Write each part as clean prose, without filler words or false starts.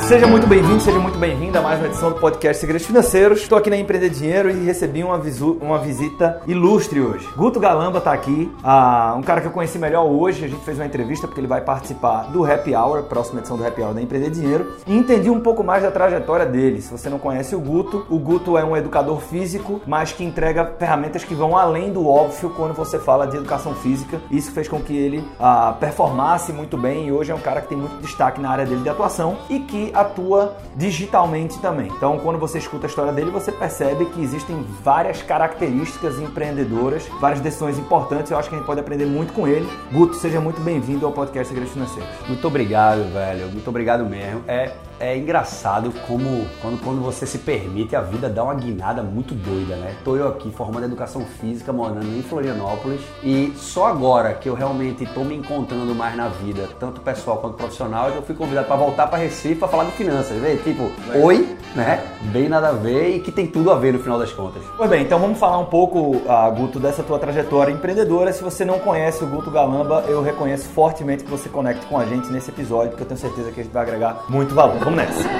Seja muito bem-vindo, seja muito bem-vinda a mais uma edição do podcast Segredos Financeiros. Estou aqui na Empreender Dinheiro e recebi uma visita ilustre hoje. Guto Galamba está aqui, um cara que eu conheci melhor hoje. A gente fez uma entrevista porque ele vai participar do Happy Hour, próxima edição do Happy Hour da Empreender Dinheiro, e entendi um pouco mais da trajetória dele. Se você não conhece o Guto é um educador físico, mas que entrega ferramentas que vão além do óbvio quando você fala de educação física. Isso fez com que ele performasse muito bem e hoje é um cara que tem muito destaque na área dele de atuação e que atua digitalmente também. Então, quando você escuta a história dele, você percebe que existem várias características empreendedoras, várias decisões importantes. Eu acho que a gente pode aprender muito com ele. Guto, seja muito bem-vindo ao podcast Segredos Financeiros. Muito obrigado, velho. Muito obrigado mesmo. É engraçado como quando você se permite, a vida dá uma guinada muito doida, né? Tô eu aqui formando educação física, morando em Florianópolis, e só agora que eu realmente tô me encontrando mais na vida, tanto pessoal quanto profissional, eu fui convidado para voltar para Recife para falar de finanças, vê? Tipo, oi, né? Bem nada a ver e que tem tudo a ver no final das contas. Pois bem, então vamos falar um pouco, Guto, dessa tua trajetória empreendedora. Se você não conhece o Guto Galamba, eu reconheço fortemente que você conecte com a gente nesse episódio, porque eu tenho certeza que a gente vai agregar muito valor. Vamos nessa!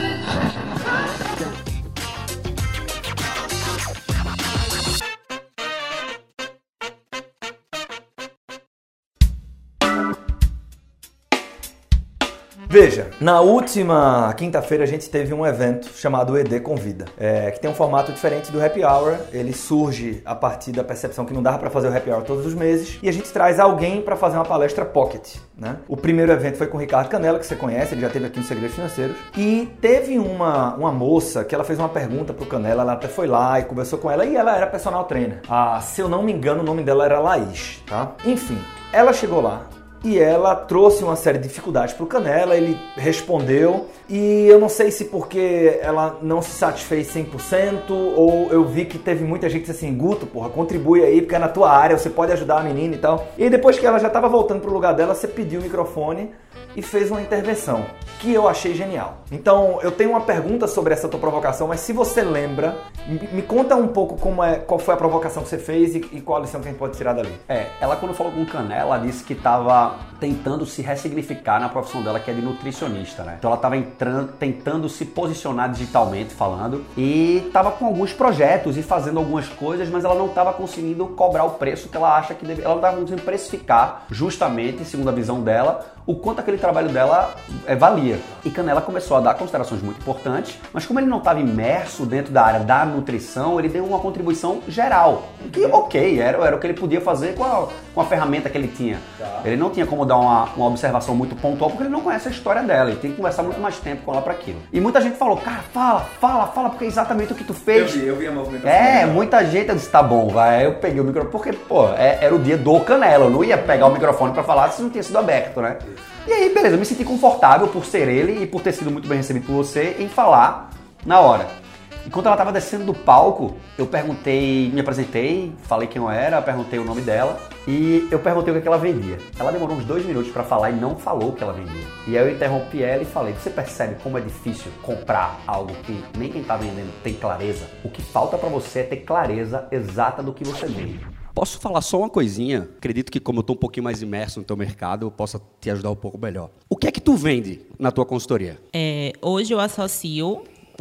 Veja, na última quinta-feira a gente teve um evento chamado ED Convida, que tem um formato diferente do Happy Hour. Ele surge a partir da percepção que não dava para fazer o Happy Hour todos os meses e a gente traz alguém para fazer uma palestra pocket, né? O primeiro evento foi com o Ricardo Canella, que você conhece, ele já esteve aqui no Segredos Financeiros, e teve uma moça que ela fez uma pergunta pro Canella, ela até foi lá e conversou com ela, e ela era personal trainer. Se eu não me engano, o nome dela era Laís, tá? Enfim, ela chegou lá e ela trouxe uma série de dificuldades para o Canella, ele respondeu, e eu não sei se porque ela não se satisfez 100%, ou eu vi que teve muita gente que disse assim, Guto, porra, contribui aí, porque é na tua área, você pode ajudar a menina e tal. E aí depois que ela já estava voltando para o lugar dela, você pediu o microfone e fez uma intervenção, que eu achei genial. Então, eu tenho uma pergunta sobre essa tua provocação, mas se você lembra, me conta um pouco qual foi a provocação que você fez e qual a lição que a gente pode tirar dali. Ela quando falou com o Canella, ela disse que estava tentando se ressignificar na profissão dela, que é de nutricionista, né? Então ela estava tentando se posicionar digitalmente falando, e estava com alguns projetos e fazendo algumas coisas, mas ela não estava conseguindo cobrar o preço que ela acha que deve. Ela não estava conseguindo precificar justamente, segundo a visão dela, o quanto aquele trabalho dela valia. E Canella começou a dar considerações muito importantes, mas como ele não estava imerso dentro da área da nutrição, ele deu uma contribuição geral, que ok, era o que ele podia fazer com a ferramenta que ele tinha. Tá. Ele não tinha como dar uma observação muito pontual, porque ele não conhece a história dela, ele tem que conversar muito mais tempo com ela para aquilo. E muita gente falou, cara, fala, porque é exatamente o que tu fez. Eu vi a movimentação. Muita gente, eu disse, tá bom, vai. Eu peguei o microfone, porque, era o dia do Canella, eu não ia pegar o microfone para falar se não tinha sido aberto, né? E aí, beleza, eu me senti confortável por ser ele e por ter sido muito bem recebido por você em falar na hora. Enquanto ela estava descendo do palco, eu me apresentei, falei quem eu era, perguntei o nome dela e eu perguntei o que ela vendia. Ela demorou uns 2 minutos para falar e não falou o que ela vendia. E aí eu interrompi ela e falei, você percebe como é difícil comprar algo que nem quem está vendendo tem clareza? O que falta para você é ter clareza exata do que você vende. Posso falar só uma coisinha? Acredito que como eu estou um pouquinho mais imerso no teu mercado, eu possa te ajudar um pouco melhor. O que é que tu vende na tua consultoria? Hoje eu associo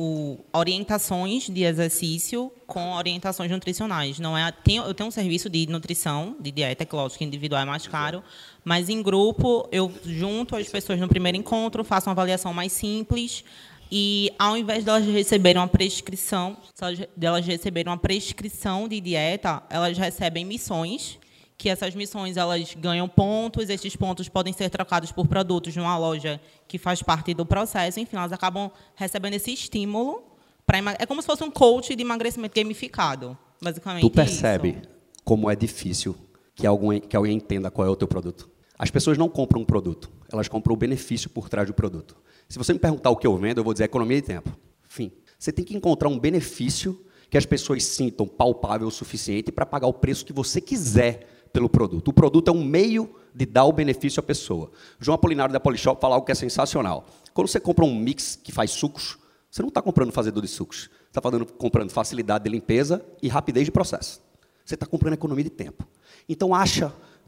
orientações de exercício com orientações nutricionais. Eu tenho um serviço de nutrição, de dieta, que lógico que individual é mais caro, mas em grupo eu junto as pessoas no primeiro encontro, faço uma avaliação mais simples. E ao invés de elas receberem uma prescrição, de dieta, elas recebem missões, que essas missões elas ganham pontos, esses pontos podem ser trocados por produtos numa loja que faz parte do processo, enfim, elas acabam recebendo esse estímulo. É como se fosse um coach de emagrecimento gamificado, basicamente. Tu percebe como é difícil que alguém entenda qual é o teu produto? As pessoas não compram um produto, elas compram o benefício por trás do produto. Se você me perguntar o que eu vendo, eu vou dizer economia de tempo. Enfim, você tem que encontrar um benefício que as pessoas sintam palpável o suficiente para pagar o preço que você quiser pelo produto. O produto é um meio de dar o benefício à pessoa. João Apolinário da Polishop fala algo que é sensacional. Quando você compra um mix que faz sucos, você não está comprando fazedor de sucos. Você está comprando facilidade de limpeza e rapidez de processo. Você está comprando economia de tempo. Então,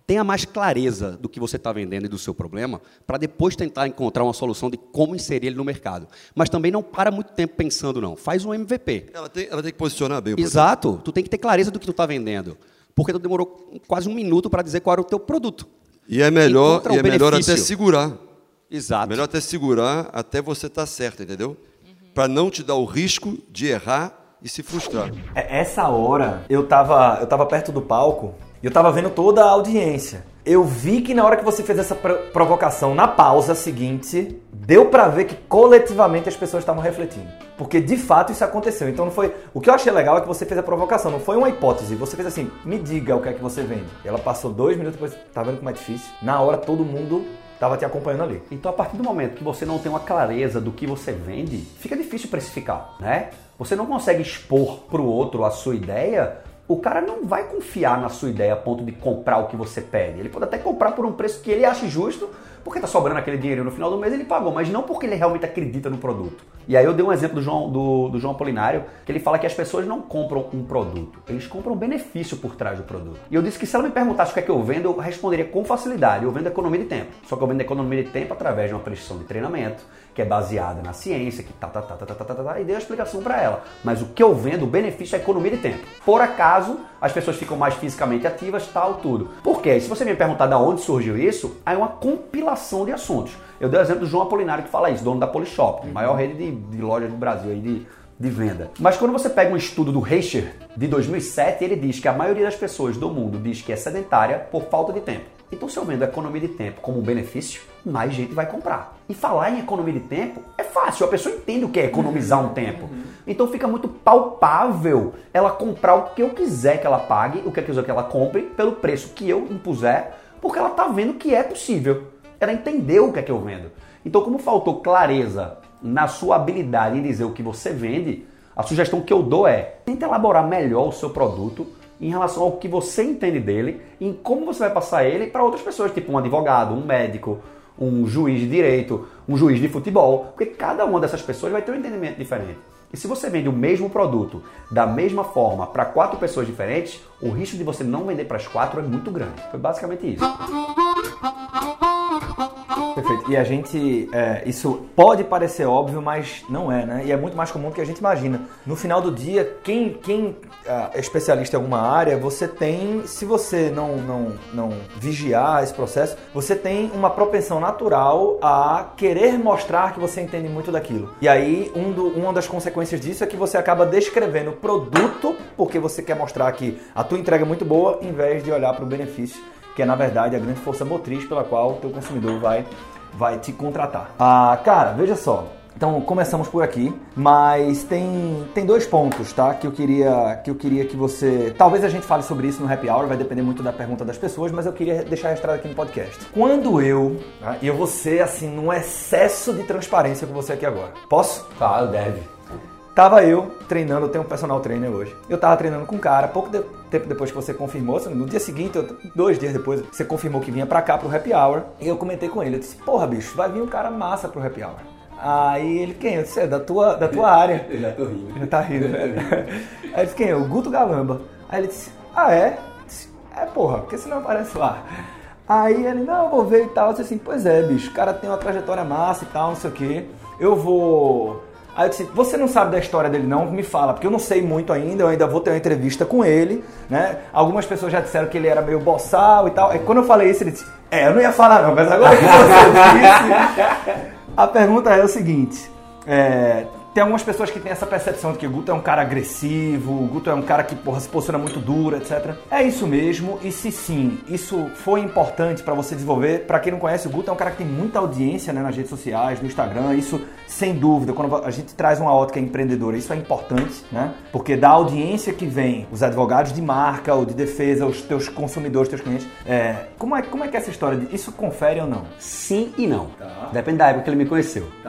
Tenha mais clareza do que você está vendendo e do seu problema, para depois tentar encontrar uma solução de como inserir ele no mercado. Mas também não para muito tempo pensando, não. Faz um MVP. Ela tem que posicionar bem o produto. Exato. Tu tem que ter clareza do que tu está vendendo. Porque tu demorou quase 1 minuto para dizer qual era o teu produto. E é melhor benefício. até segurar. Exato. Melhor até segurar até você estar certo, entendeu? Para não te dar o risco de errar e se frustrar. Essa hora, eu tava perto do palco e eu tava vendo toda a audiência. Eu vi que na hora que você fez essa provocação, na pausa seguinte, deu pra ver que coletivamente as pessoas estavam refletindo. Porque de fato isso aconteceu. Então não foi... O que eu achei legal é que você fez a provocação, não foi uma hipótese. Você fez assim, me diga o que é que você vende. E ela passou 2 minutos depois, tá vendo como é difícil? Na hora todo mundo tava te acompanhando ali. Então a partir do momento que você não tem uma clareza do que você vende, fica difícil precificar, né? Você não consegue expor pro outro a sua ideia, o cara não vai confiar na sua ideia a ponto de comprar o que você pede. Ele pode até comprar por um preço que ele ache justo, porque tá sobrando aquele dinheiro no final do mês, ele pagou, mas não porque ele realmente acredita no produto. E aí eu dei um exemplo do João Apolinário, que ele fala que as pessoas não compram um produto, eles compram um benefício por trás do produto. E eu disse que se ela me perguntasse o que é que eu vendo, eu responderia com facilidade. Eu vendo economia de tempo. Só que eu vendo economia de tempo através de uma prescrição de treinamento, que é baseada na ciência, que e dei a explicação para ela. Mas o que eu vendo, o benefício é economia de tempo. Por acaso, as pessoas ficam mais fisicamente ativas, tal, tudo. Por quê? Se você me perguntar de onde surgiu isso, aí é uma compilação de assuntos. Eu dei o exemplo do João Apolinário que fala isso, dono da Polishop, maior rede de lojas do Brasil aí de venda. Mas quando você pega um estudo do Reicher de 2007, ele diz que a maioria das pessoas do mundo diz que é sedentária por falta de tempo. Então se eu vendo a economia de tempo como um benefício, mais gente vai comprar. E falar em economia de tempo é fácil, a pessoa entende o que é economizar um tempo. Então fica muito palpável ela comprar o que eu quiser que ela pague, o que eu quiser que ela compre, pelo preço que eu impuser, porque ela está vendo que é possível. Ela entendeu o que é que eu vendo. Então, como faltou clareza na sua habilidade em dizer o que você vende, a sugestão que eu dou é tente elaborar melhor o seu produto em relação ao que você entende dele e em como você vai passar ele para outras pessoas, tipo um advogado, um médico, um juiz de direito, um juiz de futebol, porque cada uma dessas pessoas vai ter um entendimento diferente. E se você vende o mesmo produto da mesma forma para 4 pessoas diferentes, o risco de você não vender para as 4 é muito grande. Foi basicamente isso. Perfeito. E a gente, isso pode parecer óbvio, mas não é, né? E é muito mais comum do que a gente imagina. No final do dia, quem é especialista em alguma área, você tem, se você não vigiar esse processo, você tem uma propensão natural a querer mostrar que você entende muito daquilo. E aí, uma das consequências disso é que você acaba descrevendo o produto porque você quer mostrar que a tua entrega é muito boa, em vez de olhar para o benefício, que é, na verdade, a grande força motriz pela qual o teu consumidor vai te contratar. Cara, veja só. Então, começamos por aqui, mas tem 2 pontos, tá? Que eu queria que você... Talvez a gente fale sobre isso no Happy Hour, vai depender muito da pergunta das pessoas, mas eu queria deixar registrado aqui no podcast. Quando e eu vou ser, assim, num excesso de transparência com você aqui agora. Posso? Claro, deve. Tava eu treinando, eu tenho um personal trainer hoje. Eu tava treinando com um cara, pouco tempo depois que você confirmou, no dia seguinte, 2 dias depois, você confirmou que vinha pra cá, pro Happy Hour. E eu comentei com ele, eu disse, porra, bicho, vai vir um cara massa pro Happy Hour. Aí ele, quem? Eu disse, é da tua área. Eu já tô rindo. Ele tá rindo, velho. Aí eu disse, quem? O Guto Galamba. Aí ele disse, é? Eu disse, porra, por que você não aparece lá? Aí ele, não, eu vou ver e tal. Eu disse assim, pois é, bicho, o cara tem uma trajetória massa e tal, não sei o quê. Eu vou... Aí eu disse, você não sabe da história dele não? Me fala, porque eu não sei muito ainda, eu ainda vou ter uma entrevista com ele, né? Algumas pessoas já disseram que ele era meio boçal e tal. Aí quando eu falei isso, ele disse, eu não ia falar não, mas agora que você disse... A pergunta é o seguinte, tem algumas pessoas que têm essa percepção de que o Guto é um cara agressivo, o Guto é um cara que, porra, se posiciona muito duro, etc. É isso mesmo, e se sim, isso foi importante para você desenvolver, para quem não conhece, o Guto é um cara que tem muita audiência, né, nas redes sociais, no Instagram, isso sem dúvida, quando a gente traz uma ótica empreendedora, isso é importante, né, porque da audiência que vem, os advogados de marca ou de defesa, os teus consumidores, teus clientes, como é que é essa história? Isso confere ou não? Sim e não. Tá. Depende da época que ele me conheceu. Tá bom.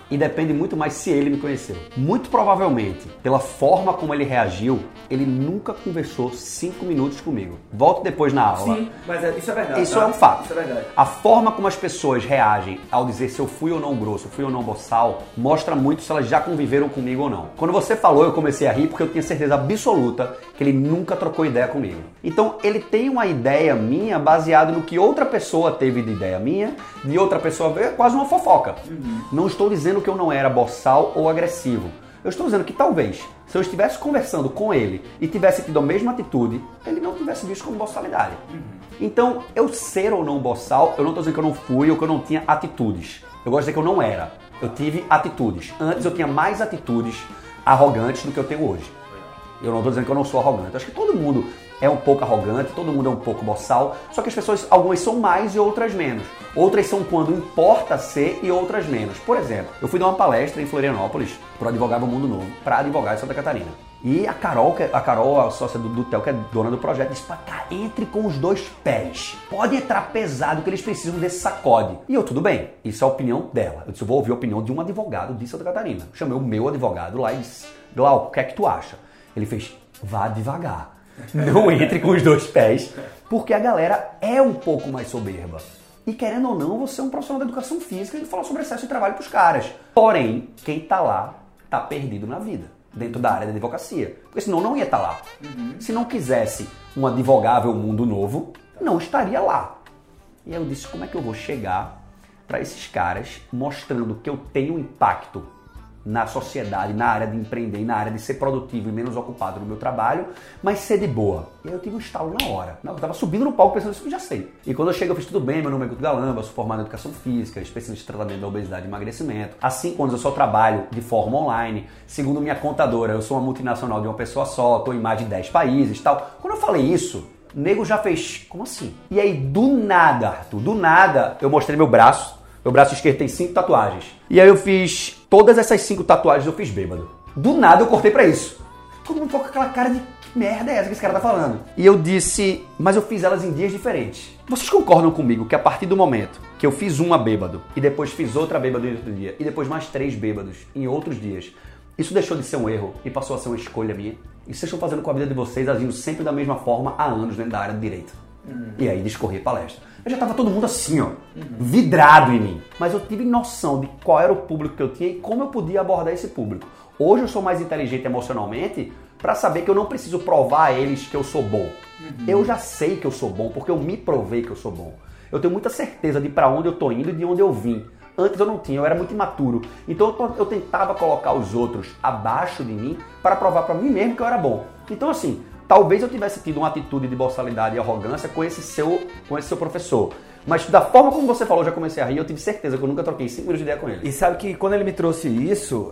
E depende muito mais se ele me conheceu. Muito provavelmente, pela forma como ele reagiu, ele nunca conversou 5 minutos comigo. Volto depois na aula. Sim, mas isso é verdade. Isso é um fato. Isso é verdade. A forma como as pessoas reagem ao dizer se eu fui ou não grosso, fui ou não boçal, mostra muito se elas já conviveram comigo ou não. Quando você falou, eu comecei a rir porque eu tinha certeza absoluta que ele nunca trocou ideia comigo. Então, ele tem uma ideia minha baseada no que outra pessoa teve de ideia minha, de outra pessoa veio, é quase uma fofoca. Não estou dizendo que eu não era boçal ou agressivo. Eu estou dizendo que talvez, se eu estivesse conversando com ele e tivesse tido a mesma atitude, ele não tivesse visto como boçalidade. Então, eu ser ou não boçal, eu não estou dizendo que eu não fui ou que eu não tinha atitudes. Eu gosto de dizer que eu não era. Eu tive atitudes. Antes eu tinha mais atitudes arrogantes do que eu tenho hoje. Eu não estou dizendo que eu não sou arrogante. Eu acho que todo mundo é um pouco arrogante, todo mundo é um pouco boçal, só que as pessoas, algumas são mais e outras menos. Outras são quando importa ser e outras menos. Por exemplo, eu fui dar uma palestra em Florianópolis para o Advogável Mundo Novo, para advogar em Santa Catarina. E a Carol, a sócia do Theo, que é dona do projeto, disse pra cá, entre com os 2 pés. Pode entrar pesado que eles precisam desse sacode. E eu, tudo bem, isso é a opinião dela. Eu disse, eu vou ouvir a opinião de um advogado de Santa Catarina. Chamei o meu advogado lá e disse, Glauco, o que é que tu acha? Ele fez, vá devagar. Não entre com os 2 pés, porque a galera é um pouco mais soberba. E querendo ou não, você é um profissional da educação física e fala sobre excesso de trabalho pros caras. Porém, quem tá lá, tá perdido na vida, dentro da área da advocacia. Porque senão não ia estar lá. Se não quisesse um advogável mundo novo, não estaria lá. E aí eu disse, como é que eu vou chegar para esses caras mostrando que eu tenho impacto na sociedade, na área de empreender, na área de ser produtivo e menos ocupado no meu trabalho, mas ser de boa. E aí eu tive um estalo na hora. Eu tava subindo no palco pensando isso, já sei. E quando eu chego, eu fiz tudo bem, meu nome é Guto Galamba, sou formado em Educação Física, especialista em tratamento da obesidade e emagrecimento. Há 5 anos eu só trabalho de forma online. Segundo minha contadora, eu sou uma multinacional de uma pessoa só, estou em mais de 10 países e tal. Quando eu falei isso, o nego já fez, como assim? E aí, do nada, Arthur, do nada, eu mostrei meu braço. Meu braço esquerdo tem 5 tatuagens. E aí eu fiz, todas essas 5 tatuagens eu fiz bêbado. Do nada eu cortei pra isso. Todo mundo ficou com aquela cara de, que merda é essa que esse cara tá falando? E eu disse, mas eu fiz elas em dias diferentes. Vocês concordam comigo que a partir do momento que eu fiz uma bêbado, e depois fiz outra bêbado em outro dia, e depois mais 3 bêbados em outros dias, isso deixou de ser um erro e passou a ser uma escolha minha? E vocês estão fazendo com a vida de vocês, agindo sempre da mesma forma há anos dentro da área de direito. E aí discorri a palestra. Eu já tava todo mundo assim, ó, vidrado em mim. Mas eu tive noção de qual era o público que eu tinha e como eu podia abordar esse público. Hoje eu sou mais inteligente emocionalmente para saber que eu não preciso provar a eles que eu sou bom. Eu já sei que eu sou bom porque eu me provei que eu sou bom. Eu tenho muita certeza de para onde eu tô indo e de onde eu vim. Antes eu não tinha, eu era muito imaturo. Então eu tentava colocar os outros abaixo de mim para provar para mim mesmo que eu era bom. Então assim, talvez eu tivesse tido uma atitude de boçalidade e arrogância com esse seu professor. Mas da forma como você falou, eu já comecei a rir, eu tive certeza que eu nunca troquei 5 minutos de ideia com ele. E sabe que quando ele me trouxe isso,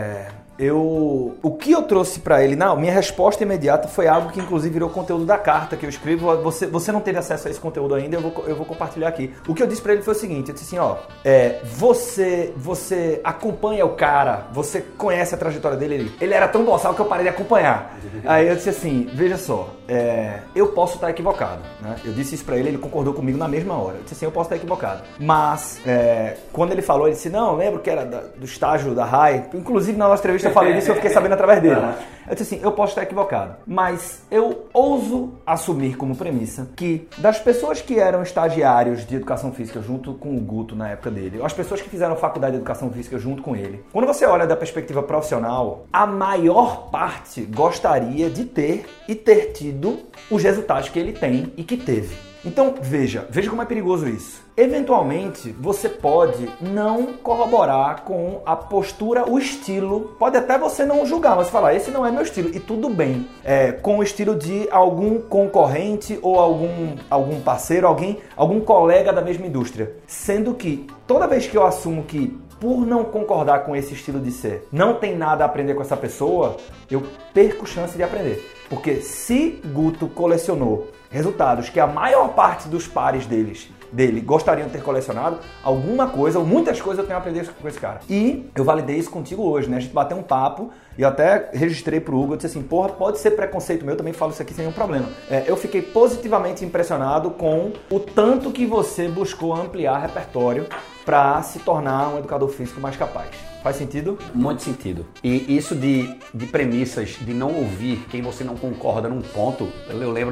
o que eu trouxe pra ele, minha resposta imediata foi algo que inclusive virou conteúdo da carta que eu escrevo. Você não teve acesso a esse conteúdo ainda, eu vou compartilhar aqui. O que eu disse pra ele foi o seguinte, eu disse assim, você acompanha o cara, você conhece a trajetória dele, ele era tão boçal que eu parei de acompanhar. Aí eu disse assim, veja só, eu posso estar equivocado, né? Eu disse isso pra ele concordou comigo na mesma hora. Eu disse assim, eu posso estar equivocado. Mas, quando ele falou, ele disse, não, eu lembro que era do estágio da RAI, inclusive na nossa entrevista eu falei disso e eu fiquei sabendo através dele. Eu disse assim, eu posso estar equivocado, mas eu ouso assumir como premissa que das pessoas que eram estagiários de educação física junto com o Guto na época dele, as pessoas que fizeram faculdade de educação física junto com ele, quando você olha da perspectiva profissional, a maior parte gostaria de ter e ter tido os resultados que ele tem e que teve. Então, veja como é perigoso isso. Eventualmente, você pode não corroborar com a postura, o estilo. Pode até você não julgar, mas falar, esse não é meu estilo. E tudo bem. Com o estilo de algum concorrente ou algum parceiro, algum colega da mesma indústria. Sendo que, toda vez que eu assumo que, por não concordar com esse estilo de ser, não tem nada a aprender com essa pessoa, eu perco chance de aprender. Porque se Guto colecionou resultados que a maior parte dos pares dele gostariam de ter colecionado, alguma coisa, ou muitas coisas eu tenho a aprender com esse cara. E eu validei isso contigo hoje, né? A gente bateu um papo E eu até registrei pro Hugo, eu disse assim, porra, pode ser preconceito meu, eu também falo isso aqui sem nenhum problema. Eu fiquei positivamente impressionado com o tanto que você buscou ampliar repertório para se tornar um educador físico mais capaz. Faz sentido? Muito sentido. E isso de premissas, de não ouvir quem você não concorda num ponto, eu lembro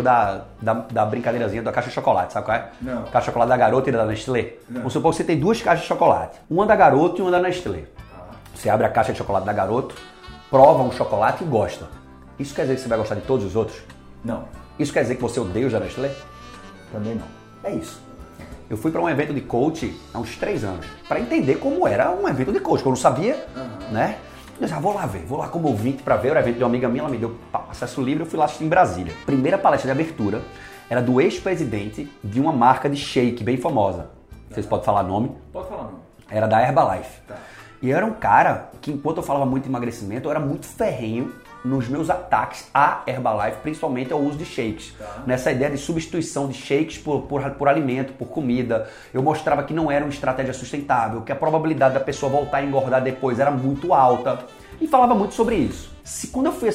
da brincadeirazinha da caixa de chocolate, sabe qual é? Não. Caixa de chocolate da Garoto e da Nestlé. Vamos supor que você tem 2 caixas de chocolate, uma da Garoto e uma da Nestlé. Você abre a caixa de chocolate da Garoto, prova um chocolate e gosta. Isso quer dizer que você vai gostar de todos os outros? Não. Isso quer dizer que você odeia os da Nestlé? Também não. É isso. Eu fui para um evento de coach há uns 3 anos, para entender como era um evento de coach, que eu não sabia, né? Eu disse, vou lá ver, vou lá como ouvinte para ver o evento de uma amiga minha, ela me deu acesso livre, eu fui lá assistir em Brasília. Primeira palestra de abertura era do ex-presidente de uma marca de shake bem famosa. Vocês podem falar nome? Pode falar não. Era da Herbalife. Tá. E eu era um cara que, enquanto eu falava muito de emagrecimento, eu era muito ferrenho nos meus ataques à Herbalife, principalmente ao uso de shakes. Tá. Nessa ideia de substituição de shakes por alimento, por comida. Eu mostrava que não era uma estratégia sustentável, que a probabilidade da pessoa voltar a engordar depois era muito alta. E falava muito sobre isso. Se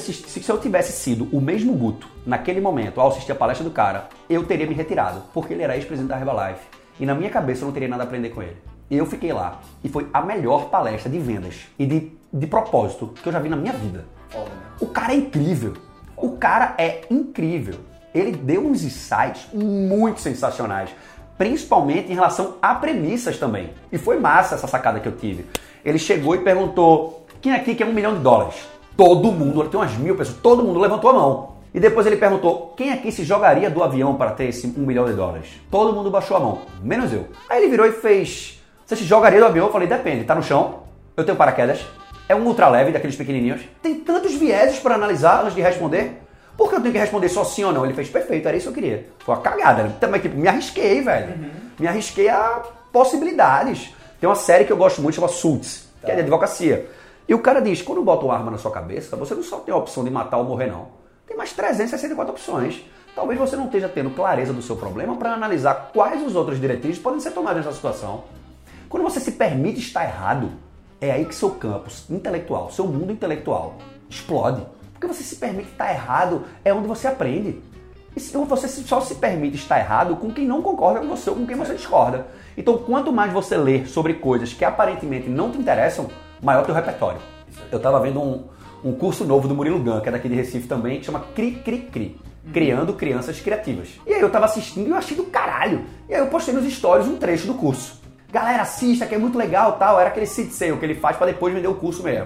eu tivesse sido o mesmo Guto, naquele momento, ao assistir a palestra do cara, eu teria me retirado, porque ele era ex-presidente da Herbalife. E na minha cabeça eu não teria nada a aprender com ele. Eu fiquei lá e foi a melhor palestra de vendas e de propósito que eu já vi na minha vida. O cara é incrível. O cara é incrível. Ele deu uns insights muito sensacionais, principalmente em relação a premissas também. E foi massa essa sacada que eu tive. Ele chegou e perguntou, quem aqui quer $1 milhão? Todo mundo, tem umas 1.000 pessoas, todo mundo levantou a mão. E depois ele perguntou, quem aqui se jogaria do avião para ter esse $1 milhão? Todo mundo baixou a mão, menos eu. Aí ele virou e fez, você se jogaria do avião? Eu falei, depende, tá no chão, eu tenho paraquedas, é um ultra leve, daqueles pequenininhos. Tem tantos vieses para analisar antes de responder. Por que eu tenho que responder só sim ou não? Ele fez, perfeito, era isso que eu queria. Foi uma cagada. Também, tipo, me arrisquei, velho. Me arrisquei a possibilidades. Tem uma série que eu gosto muito, chama Suits, que é de advocacia. E o cara diz, quando bota uma arma na sua cabeça, você não só tem a opção de matar ou morrer, não. Tem mais 364 opções. Talvez você não esteja tendo clareza do seu problema para analisar quais os outros diretrizes podem ser tomados nessa situação. Quando você se permite estar errado, é aí que seu campo intelectual, seu mundo intelectual explode. Porque você se permite estar errado, é onde você aprende. E você só se permite estar errado com quem não concorda com você ou com quem você discorda. Então, quanto mais você ler sobre coisas que aparentemente não te interessam, maior o teu repertório. Eu estava vendo um curso novo do Murilo Gun, que é daqui de Recife também, que chama Cri Cri Cri. Criando Crianças Criativas. E aí eu tava assistindo e eu achei do caralho. E aí eu postei nos stories um trecho do curso. Galera, assista, que é muito legal, tal. Era aquele seed sale que ele faz para depois vender o curso mesmo.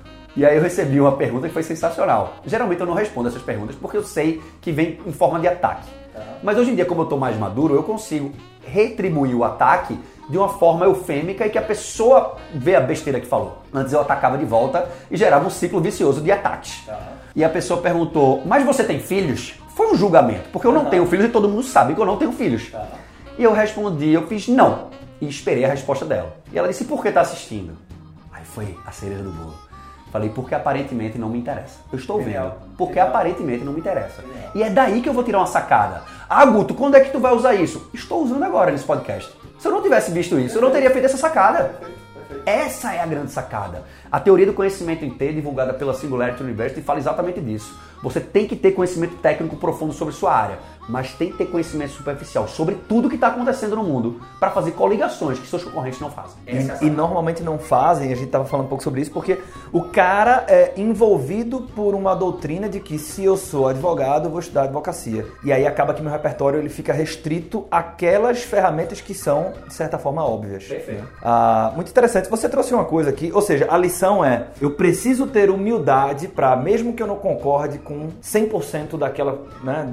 E aí eu recebi uma pergunta que foi sensacional. Geralmente eu não respondo essas perguntas porque eu sei que vem em forma de ataque. Mas hoje em dia, como eu tô mais maduro, eu consigo retribuir o ataque de uma forma eufêmica e que a pessoa vê a besteira que falou. Antes eu atacava de volta e gerava um ciclo vicioso de ataques. E a pessoa perguntou, mas você tem filhos? Foi um julgamento, porque eu não tenho filhos e todo mundo sabe que eu não tenho filhos. E eu respondi, eu fiz não. E esperei a resposta dela. E ela disse, por que tá assistindo? Aí foi a cereja do bolo. Falei, porque aparentemente não me interessa. Eu estou vendo, porque aparentemente não me interessa. E é daí que eu vou tirar uma sacada. Ah, Guto, quando é que tu vai usar isso? Estou usando agora nesse podcast. Se eu não tivesse visto isso, eu não teria feito essa sacada. Essa é a grande sacada. A teoria do conhecimento em T, divulgada pela Singularity University, fala exatamente disso. Você tem que ter conhecimento técnico profundo sobre sua área, mas tem que ter conhecimento superficial sobre tudo que está acontecendo no mundo para fazer coligações que seus concorrentes não fazem. E normalmente não fazem, a gente estava falando um pouco sobre isso, porque o cara é envolvido por uma doutrina de que se eu sou advogado, eu vou estudar advocacia. E aí acaba que meu repertório ele fica restrito àquelas ferramentas que são, de certa forma, óbvias. Perfeito. Muito interessante. Você trouxe uma coisa aqui, ou seja, a lição é, eu preciso ter humildade para, mesmo que eu não concorde com 100% daquela, né,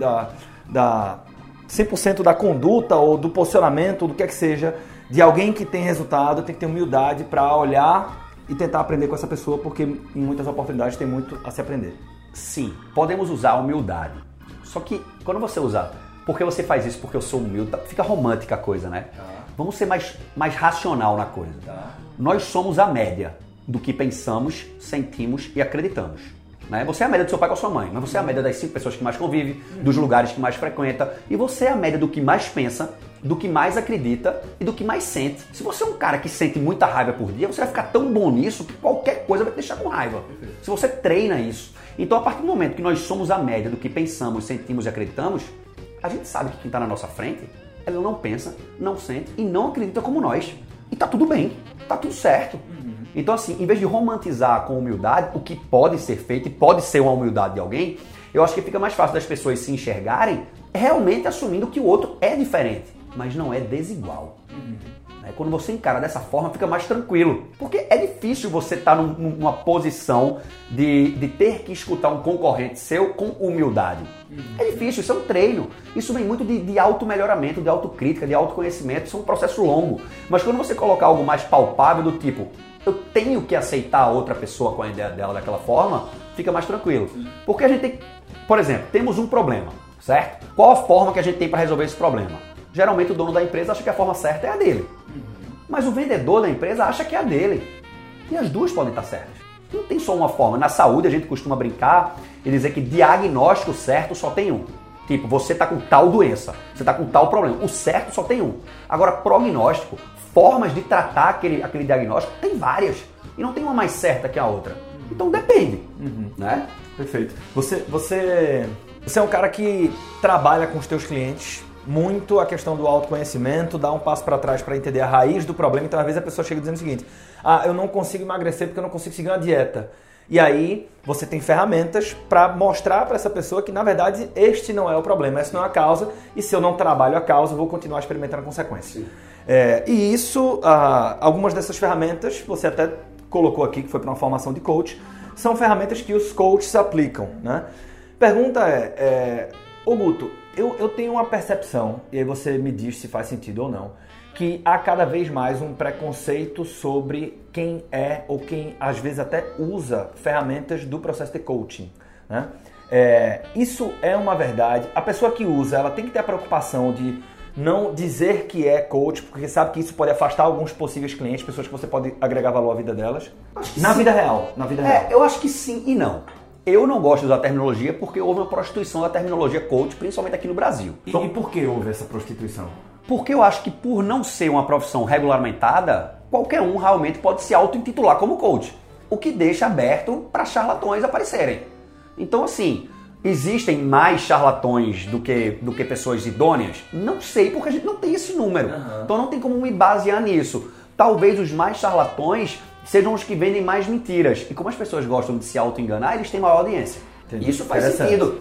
da 100% da conduta ou do posicionamento, do que é que seja, de alguém que tem resultado, tem que ter humildade para olhar e tentar aprender com essa pessoa, porque em muitas oportunidades tem muito a se aprender. Sim, podemos usar a humildade. Só que quando você usa, porque você faz isso porque eu sou humilde, fica romântica a coisa, né? Vamos ser mais racional na coisa. Nós somos a média do que pensamos, sentimos e acreditamos. Né? Você é a média do seu pai com a sua mãe, mas você é a média das 5 pessoas que mais convive, dos lugares que mais frequenta, e você é a média do que mais pensa do que mais acredita e do que mais sente. Se você é um cara que sente muita raiva por dia, você vai ficar tão bom nisso que qualquer coisa vai te deixar com raiva. Se você treina isso. Então, a partir do momento que nós somos a média do que pensamos, sentimos e acreditamos, a gente sabe que quem está na nossa frente, ele não pensa, não sente e não acredita como nós. E tá tudo bem, tá tudo certo. Então, assim, em vez de romantizar com humildade o que pode ser feito e pode ser uma humildade de alguém, eu acho que fica mais fácil das pessoas se enxergarem realmente assumindo que o outro é diferente, mas não é desigual. Quando você encara dessa forma, fica mais tranquilo. Porque é difícil você estar numa posição de ter que escutar um concorrente seu com humildade. É difícil, isso é um treino. Isso vem muito de auto-melhoramento, de autocrítica, de autoconhecimento. Isso é um processo longo. Mas quando você colocar algo mais palpável do tipo, eu tenho que aceitar a outra pessoa com a ideia dela daquela forma, fica mais tranquilo. Porque a gente tem, por exemplo, temos um problema, certo? Qual a forma que a gente tem para resolver esse problema? Geralmente o dono da empresa acha que a forma certa é a dele. Mas o vendedor da empresa acha que é a dele. E as duas podem estar certas. Não tem só uma forma. Na saúde a gente costuma brincar e dizer que diagnóstico certo só tem um. Tipo, você está com tal doença, você está com tal problema. O certo só tem um. Agora, prognóstico, formas de tratar aquele diagnóstico, tem várias. E não tem uma mais certa que a outra. Então depende. Né? Perfeito. Você é um cara que trabalha com os teus clientes muito a questão do autoconhecimento, dá um passo para trás para entender a raiz do problema. Então, às vezes, a pessoa chega dizendo o seguinte: eu não consigo emagrecer porque eu não consigo seguir uma dieta. E aí, você tem ferramentas para mostrar para essa pessoa que, na verdade, este não é o problema, essa não é a causa, e se eu não trabalho a causa, eu vou continuar experimentando a consequência. E isso, algumas dessas ferramentas, você até colocou aqui, que foi para uma formação de coach, são ferramentas que os coaches aplicam, né? Pergunta ô Guto, eu tenho uma percepção, e aí você me diz se faz sentido ou não, que há cada vez mais um preconceito sobre quem é ou quem às vezes até usa ferramentas do processo de coaching, né? Isso é uma verdade. A pessoa que usa, ela tem que ter a preocupação de não dizer que é coach, porque sabe que isso pode afastar alguns possíveis clientes, pessoas que você pode agregar valor à vida delas. Na vida real. Eu acho que sim e não. Eu não gosto de usar terminologia porque houve uma prostituição da terminologia coach, principalmente aqui no Brasil. E por que houve essa prostituição? Porque eu acho que por não ser uma profissão regulamentada, qualquer um realmente pode se auto-intitular como coach, o que deixa aberto para charlatões aparecerem. Então, assim, existem mais charlatões do que pessoas idôneas? Não sei, porque a gente não tem esse número. Então não tem como me basear nisso. Talvez os mais charlatões sejam os que vendem mais mentiras. E como as pessoas gostam de se auto-enganar, eles têm maior audiência. Entendi. Isso faz sentido.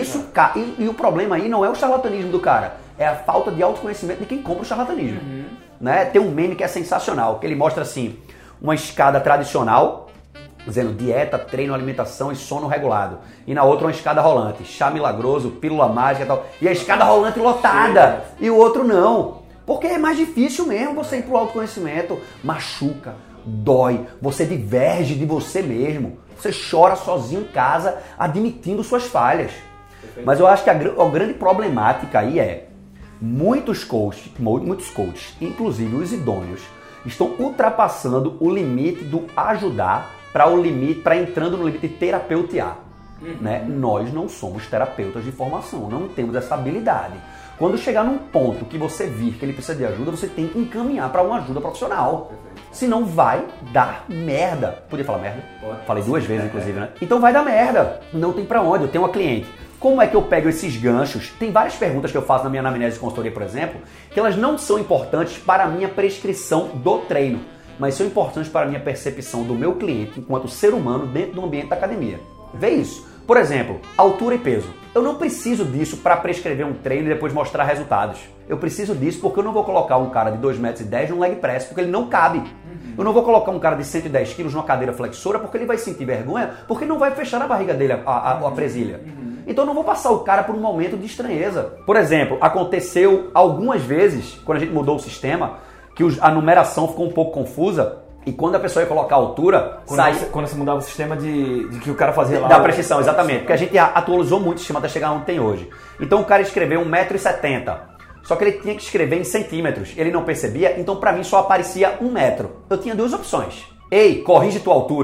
E o problema aí não é o charlatanismo do cara, é a falta de autoconhecimento de quem compra o charlatanismo. Né? Tem um meme que é sensacional, que ele mostra assim, uma escada tradicional, dizendo dieta, treino, alimentação e sono regulado. E na outra uma escada rolante, chá milagroso, pílula mágica e tal. E a escada rolante lotada. E o outro não. Porque é mais difícil mesmo você ir pro autoconhecimento. Machuca, dói, você diverge de você mesmo. Você chora sozinho em casa, admitindo suas falhas. Perfeito. Mas eu acho que a grande problemática aí é muitos coaches, inclusive os idôneos, estão ultrapassando o limite do ajudar para entrando no limite de terapeutear. Né? Nós não somos terapeutas de formação, não temos essa habilidade. Quando chegar num ponto que você vir que ele precisa de ajuda, você tem que encaminhar para uma ajuda profissional. Perfeito. Senão vai dar merda. Podia falar merda? Pode. Falei 2 vezes, inclusive, né? Então vai dar merda. Não tem pra onde. Eu tenho uma cliente. Como é que eu pego esses ganchos? Tem várias perguntas que eu faço na minha anamnese de consultoria, por exemplo, que elas não são importantes para a minha prescrição do treino, mas são importantes para a minha percepção do meu cliente enquanto ser humano dentro do ambiente da academia. Vê isso. Por exemplo, altura e peso. Eu não preciso disso para prescrever um treino e depois mostrar resultados. Eu preciso disso porque eu não vou colocar um cara de 2,10 metros no leg press porque ele não cabe. Eu não vou colocar um cara de 110 quilos numa cadeira flexora porque ele vai sentir vergonha, porque não vai fechar na barriga dele a presilha. Então eu não vou passar o cara por um momento de estranheza. Por exemplo, aconteceu algumas vezes, quando a gente mudou o sistema, que a numeração ficou um pouco confusa. E quando a pessoa ia colocar a altura, quando você mudava o sistema de que o cara fazia lá... Da prescrição, exatamente. Porque a gente atualizou muito o sistema até chegar onde tem hoje. Então o cara escreveu 1,70 m. Só que ele tinha que escrever em centímetros. Ele não percebia, então pra mim só aparecia 1 metro. Eu tinha 2 opções. Ei, corrige tua altura.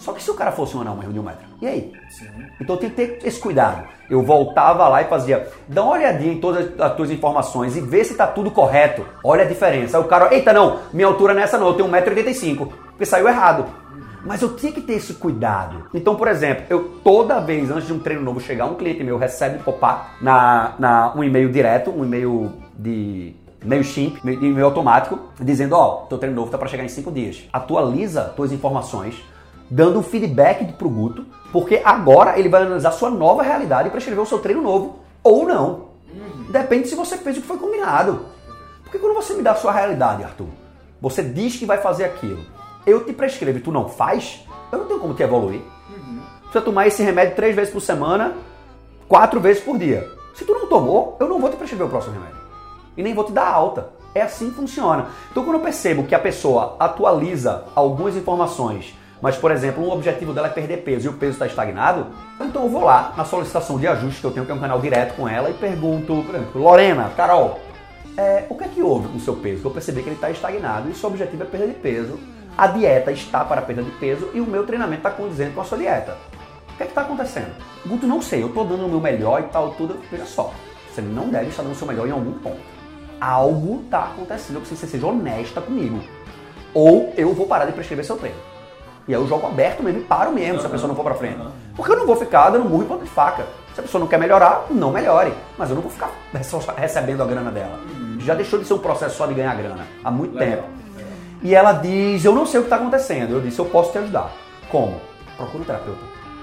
Só que se o cara fosse um anão mesmo de 1 metro, e aí? Sim. Então tem que ter esse cuidado. Eu voltava lá e fazia, dá uma olhadinha em todas as tuas informações e vê se tá tudo correto. Olha a diferença. Aí o cara, eita não, minha altura nessa não, eu tenho 1,85 m, porque saiu errado. Mas eu tinha que ter esse cuidado. Então, por exemplo, eu toda vez antes de um treino novo chegar, um cliente meu recebe pop-up um e-mail direto, um e-mail de MailChimp, e-mail automático, dizendo, teu treino novo tá para chegar em 5 dias. Atualiza tuas informações, dando um feedback pro Guto, porque agora ele vai analisar sua nova realidade para escrever o seu treino novo, ou não. Depende se você fez o que foi combinado. Porque quando você me dá a sua realidade, Arthur, você diz que vai fazer aquilo, eu te prescrevo e tu não faz, eu não tenho como te evoluir. Você vai tomar esse remédio 3 vezes por semana, 4 vezes por dia. Se tu não tomou, eu não vou te prescrever o próximo remédio. E nem vou te dar alta. É assim que funciona. Então quando eu percebo que a pessoa atualiza algumas informações, mas, por exemplo, um objetivo dela é perder peso e o peso está estagnado, então eu vou lá na solicitação de ajuste que eu tenho, que é um canal direto com ela, e pergunto, por exemplo, Lorena, Carol, o que é que houve com o seu peso? Que eu percebi que ele está estagnado e o seu objetivo é perda de peso. A dieta está para perda de peso e o meu treinamento está condizente com a sua dieta. O que é que está acontecendo? Guto, não sei, eu estou dando o meu melhor e tal, tudo. Veja só, você não deve estar dando o seu melhor em algum ponto. Algo está acontecendo, eu preciso que você seja honesta comigo. Ou eu vou parar de prescrever seu treino. E aí eu jogo aberto mesmo e paro mesmo se a pessoa não for para frente. Porque eu não vou ficar dando murro em ponta de faca. Se a pessoa não quer melhorar, não melhore. Mas eu não vou ficar só recebendo a grana dela. Já deixou de ser um processo só de ganhar grana há muito tempo. E ela diz, eu não sei o que está acontecendo. Eu disse, eu posso te ajudar. Como? Procura um terapeuta.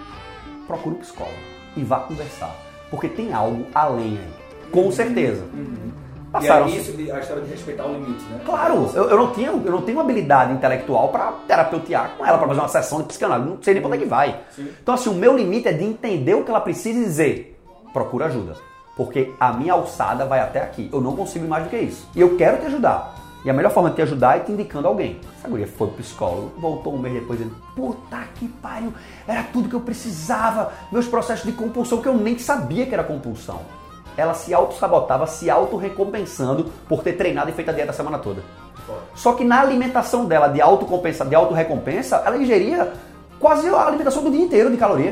Procura um psicólogo. E vá conversar. Porque tem algo além aí. Com certeza. Passaram. E é isso, a história de respeitar o limite, né? Claro, eu não tenho habilidade intelectual para terapeutear com ela, para fazer uma sessão de psicanálise. Não sei nem para onde é que vai. Sim. Então, assim, o meu limite é de entender o que ela precisa e dizer, procura ajuda. Porque a minha alçada vai até aqui. Eu não consigo ir mais do que isso. E eu quero te ajudar. E a melhor forma de te ajudar é te indicando alguém. Essa guria foi pro psicólogo, voltou um mês depois dizendo, puta que pariu, era tudo que eu precisava. Meus processos de compulsão, que eu nem sabia que era compulsão. Ela se auto-sabotava, se auto-recompensando por ter treinado e feito a dieta a semana toda. Só que na alimentação dela de auto-recompensa, ela ingeria quase a alimentação do dia inteiro de caloria.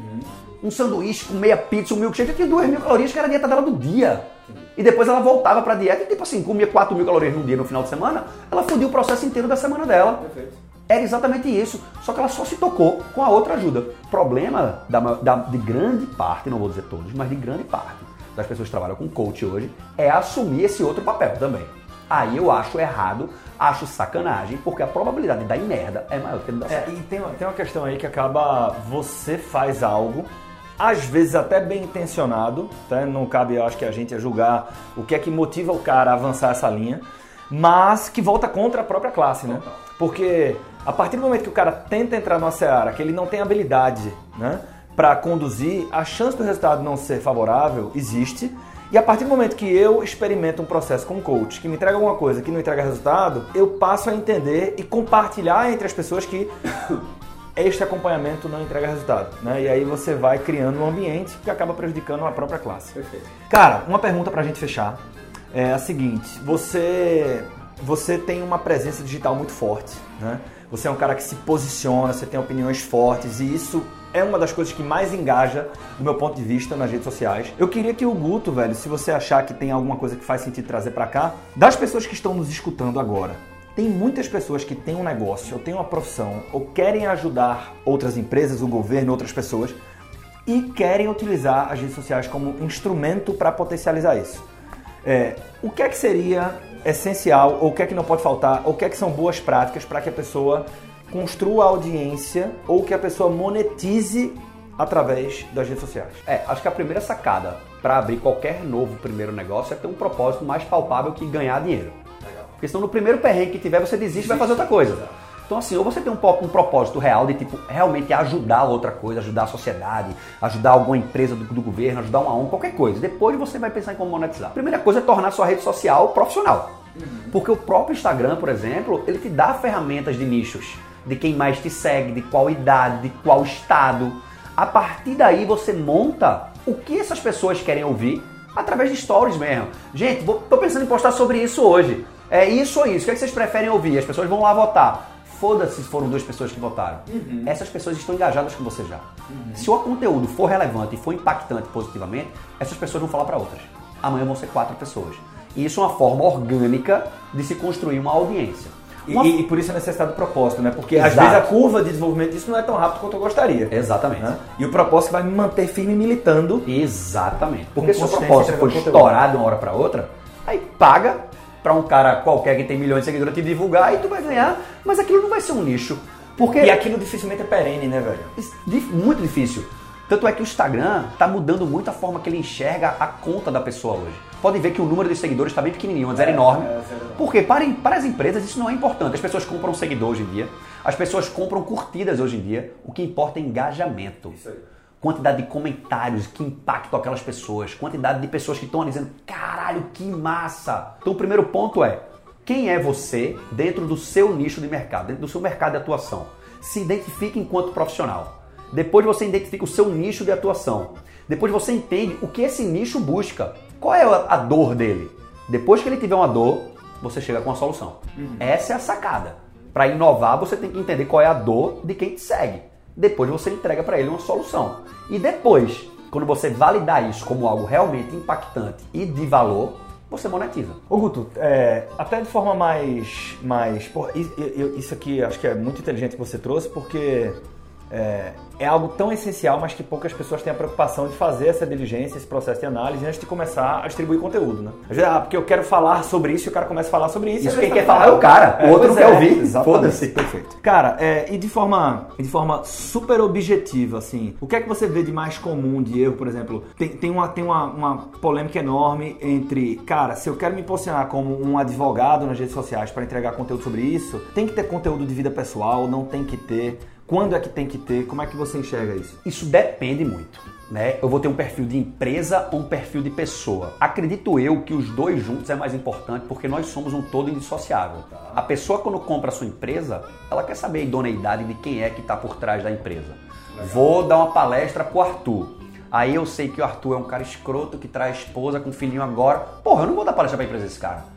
Um sanduíche com meia pizza, um milkshake, tinha 2.000 calorias, que era a dieta dela do dia. E depois ela voltava pra dieta e, tipo assim, comia 4.000 calorias no dia, no final de semana, ela fodia o processo inteiro da semana dela. Perfeito. Era exatamente isso, só que ela só se tocou com a outra ajuda. O problema de grande parte, não vou dizer todos, mas de grande parte das pessoas que trabalham com coach hoje, é assumir esse outro papel também. Aí eu acho errado, acho sacanagem, porque a probabilidade de dar em merda é maior do que de dar certo. E tem uma questão aí que acaba, você faz algo, às vezes até bem intencionado, tá? Não cabe, eu acho, que a gente julgar o que é que motiva o cara a avançar essa linha, mas que volta contra a própria classe, né? Porque a partir do momento que o cara tenta entrar numa seara que ele não tem habilidade, né, para conduzir, a chance do resultado não ser favorável existe. E a partir do momento que eu experimento um processo com um coach que me entrega alguma coisa que não entrega resultado, eu passo a entender e compartilhar entre as pessoas que este acompanhamento não entrega resultado, né? E aí você vai criando um ambiente que acaba prejudicando a própria classe. Perfeito. Cara, uma pergunta pra gente fechar é a seguinte: você tem uma presença digital muito forte, né? Você é um cara que se posiciona, você tem opiniões fortes e isso é uma das coisas que mais engaja, do meu ponto de vista, nas redes sociais. Eu queria que o Guto, velho, se você achar que tem alguma coisa que faz sentido trazer pra cá, das pessoas que estão nos escutando agora, tem muitas pessoas que têm um negócio, ou têm uma profissão, ou querem ajudar outras empresas, o governo, outras pessoas, e querem utilizar as redes sociais como instrumento para potencializar isso. O que é que seria essencial, ou o que é que não pode faltar, ou o que é que são boas práticas para que a pessoa construa audiência ou que a pessoa monetize através das redes sociais? Acho que a primeira sacada para abrir qualquer novo primeiro negócio é ter um propósito mais palpável que ganhar dinheiro. Legal. Porque senão no primeiro perrengue que tiver você desiste e vai fazer outra coisa. Exato. Então assim, ou você tem um propósito real de tipo realmente ajudar outra coisa, ajudar a sociedade, ajudar alguma empresa do governo, ajudar uma ONG, qualquer coisa. Depois você vai pensar em como monetizar. A primeira coisa é tornar sua rede social profissional. Porque o próprio Instagram, por exemplo, ele te dá ferramentas de nichos, de quem mais te segue, de qual idade, de qual estado. A partir daí você monta o que essas pessoas querem ouvir através de stories mesmo. Gente, tô pensando em postar sobre isso hoje. É isso ou isso, o que é que vocês preferem ouvir? As pessoas vão lá votar. foda-se se foram 2 pessoas que votaram. Essas pessoas estão engajadas com você já. Se o conteúdo for relevante e for impactante positivamente, essas pessoas vão falar para outras. Amanhã vão ser 4 pessoas. E isso é uma forma orgânica de se construir uma audiência. E por isso a necessidade do propósito, né? Porque às Exato. vezes a curva de desenvolvimento disso não é tão rápido quanto eu gostaria. Exatamente. Né? E o propósito vai me manter firme militando. Exatamente. Porque se o consistência propósito for entregando estourado de uma hora para outra, aí paga para um cara qualquer que tem milhões de seguidores te divulgar e tu vai ganhar, mas aquilo não vai ser um nicho. Porque E aquilo dificilmente é perene, né, velho? muito difícil. Tanto é que o Instagram está mudando muito a forma que ele enxerga a conta da pessoa hoje. Podem ver que o número de seguidores está bem pequenininho, antes era enorme. Porque para as empresas isso não é importante. As pessoas compram seguidor hoje em dia, as pessoas compram curtidas hoje em dia. O que importa é engajamento. Isso aí. Quantidade de comentários que impactam aquelas pessoas, quantidade de pessoas que estão ali dizendo, caralho, que massa! Então o primeiro ponto é, quem é você dentro do seu nicho de mercado, dentro do seu mercado de atuação? Se identifique enquanto profissional. Depois você identifica o seu nicho de atuação. Depois você entende o que esse nicho busca. Qual é a dor dele? Depois que ele tiver uma dor, você chega com a solução. Essa é a sacada. Para inovar, você tem que entender qual é a dor de quem te segue. Depois você entrega para ele uma solução. E depois, quando você validar isso como algo realmente impactante e de valor, você monetiza. Ô Guto, até de forma mais isso aqui acho que é muito inteligente que você trouxe, porque é algo tão essencial, mas que poucas pessoas têm a preocupação de fazer essa diligência, esse processo de análise antes de começar a distribuir conteúdo, né? Às vezes, porque eu quero falar sobre isso e o cara começa a falar sobre isso. Isso quem quer falar é o cara, o outro não quer ouvir. Foda-se. Perfeito. Cara, e de forma super objetiva, assim, o que é que você vê de mais comum de erro, por exemplo? Tem uma polêmica enorme entre, cara, se eu quero me posicionar como um advogado nas redes sociais para entregar conteúdo sobre isso, tem que ter conteúdo de vida pessoal, não tem que ter... Quando é que tem que ter? Como é que você enxerga isso? Isso depende muito, né? Eu vou ter um perfil de empresa ou um perfil de pessoa. Acredito eu que os dois juntos é mais importante porque nós somos um todo indissociável. A pessoa quando compra a sua empresa, ela quer saber a idoneidade de quem é que está por trás da empresa. Vou dar uma palestra pro Arthur. Aí eu sei que o Arthur é um cara escroto que traz esposa com filhinho agora. Porra, eu não vou dar palestra pra empresa desse cara.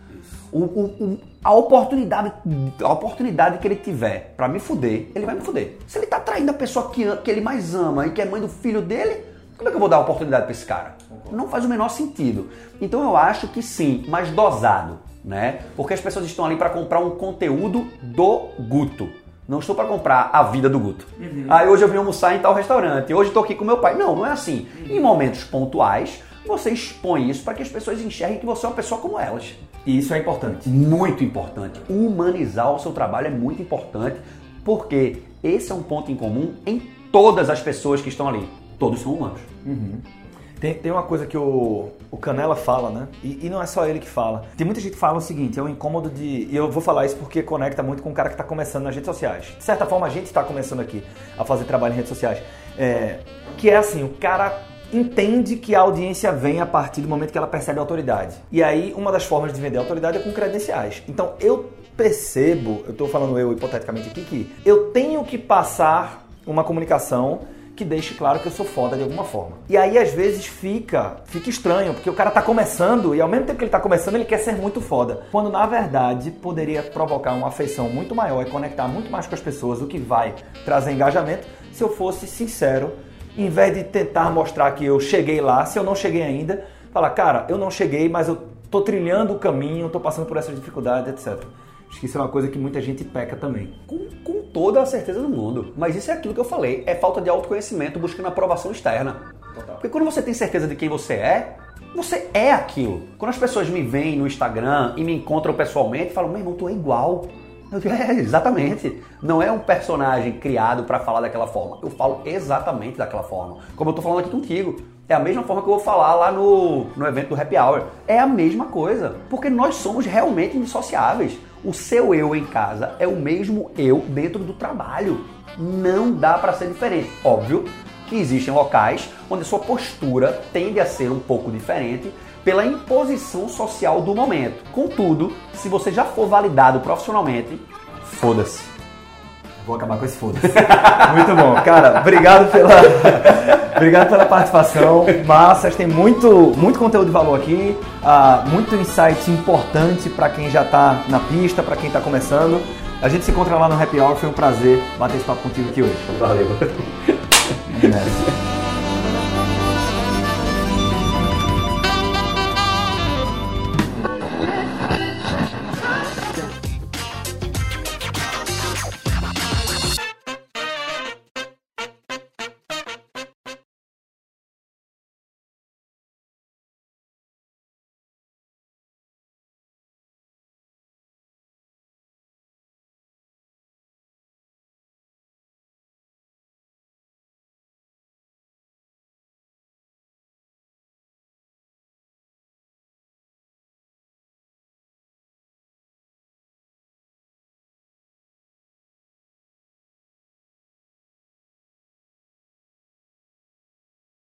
A oportunidade que ele tiver pra me fuder, ele vai me fuder. Se ele tá traindo a pessoa que ele mais ama e que é mãe do filho dele, como é que eu vou dar oportunidade pra esse cara? Não faz o menor sentido. Então eu acho que sim, mas dosado, né? Porque as pessoas estão ali pra comprar um conteúdo do Guto. Não estou para comprar a vida do Guto. Aí hoje eu vim almoçar em tal restaurante, hoje estou aqui com meu pai. Não é assim. Em momentos pontuais, você expõe isso para que as pessoas enxerguem que você é uma pessoa como elas. E isso é importante. Muito importante. Humanizar o seu trabalho é muito importante, porque esse é um ponto em comum em todas as pessoas que estão ali. Todos são humanos. Tem uma coisa que o Canela fala, né? E não é só ele que fala. Tem muita gente que fala o seguinte, é um incômodo de... E eu vou falar isso porque conecta muito com o cara que está começando nas redes sociais. De certa forma, a gente está começando aqui a fazer trabalho em redes sociais. Que é assim, o cara entende que a audiência vem a partir do momento que ela percebe a autoridade. E aí, uma das formas de vender a autoridade é com credenciais. Então, eu percebo, eu estou falando eu hipoteticamente aqui, que eu tenho que passar uma comunicação que deixe claro que eu sou foda de alguma forma. E aí, às vezes, fica estranho, porque o cara tá começando e ao mesmo tempo que ele tá começando, ele quer ser muito foda. Quando, na verdade, poderia provocar uma afeição muito maior e conectar muito mais com as pessoas, o que vai trazer engajamento, se eu fosse sincero, em vez de tentar mostrar que eu cheguei lá, se eu não cheguei ainda, falar, cara, eu não cheguei, mas eu tô trilhando o caminho, tô passando por essas dificuldades, etc. Acho que isso é uma coisa que muita gente peca também. Com toda a certeza do mundo. Mas isso é aquilo que eu falei. É falta de autoconhecimento buscando aprovação externa. Total. Porque quando você tem certeza de quem você é aquilo. Quando as pessoas me veem no Instagram e me encontram pessoalmente, falam, meu irmão, tu é igual. Eu digo, exatamente. Não é um personagem criado para falar daquela forma. Eu falo exatamente daquela forma. Como eu tô falando aqui contigo. É a mesma forma que eu vou falar lá no evento do Happy Hour. É a mesma coisa. Porque nós somos realmente indissociáveis. O seu eu em casa é o mesmo eu dentro do trabalho. Não dá para ser diferente. Óbvio que existem locais onde a sua postura tende a ser um pouco diferente pela imposição social do momento. Contudo, se você já for validado profissionalmente, foda-se. Vou acabar com esse foda-se. Muito bom. Cara, obrigado pela participação. Massas, tem muito conteúdo de valor aqui, muito insight importante para quem já está na pista, para quem está começando. A gente se encontra lá no Happy Hour. Foi um prazer bater esse papo contigo aqui hoje. Valeu. Vamos nessa.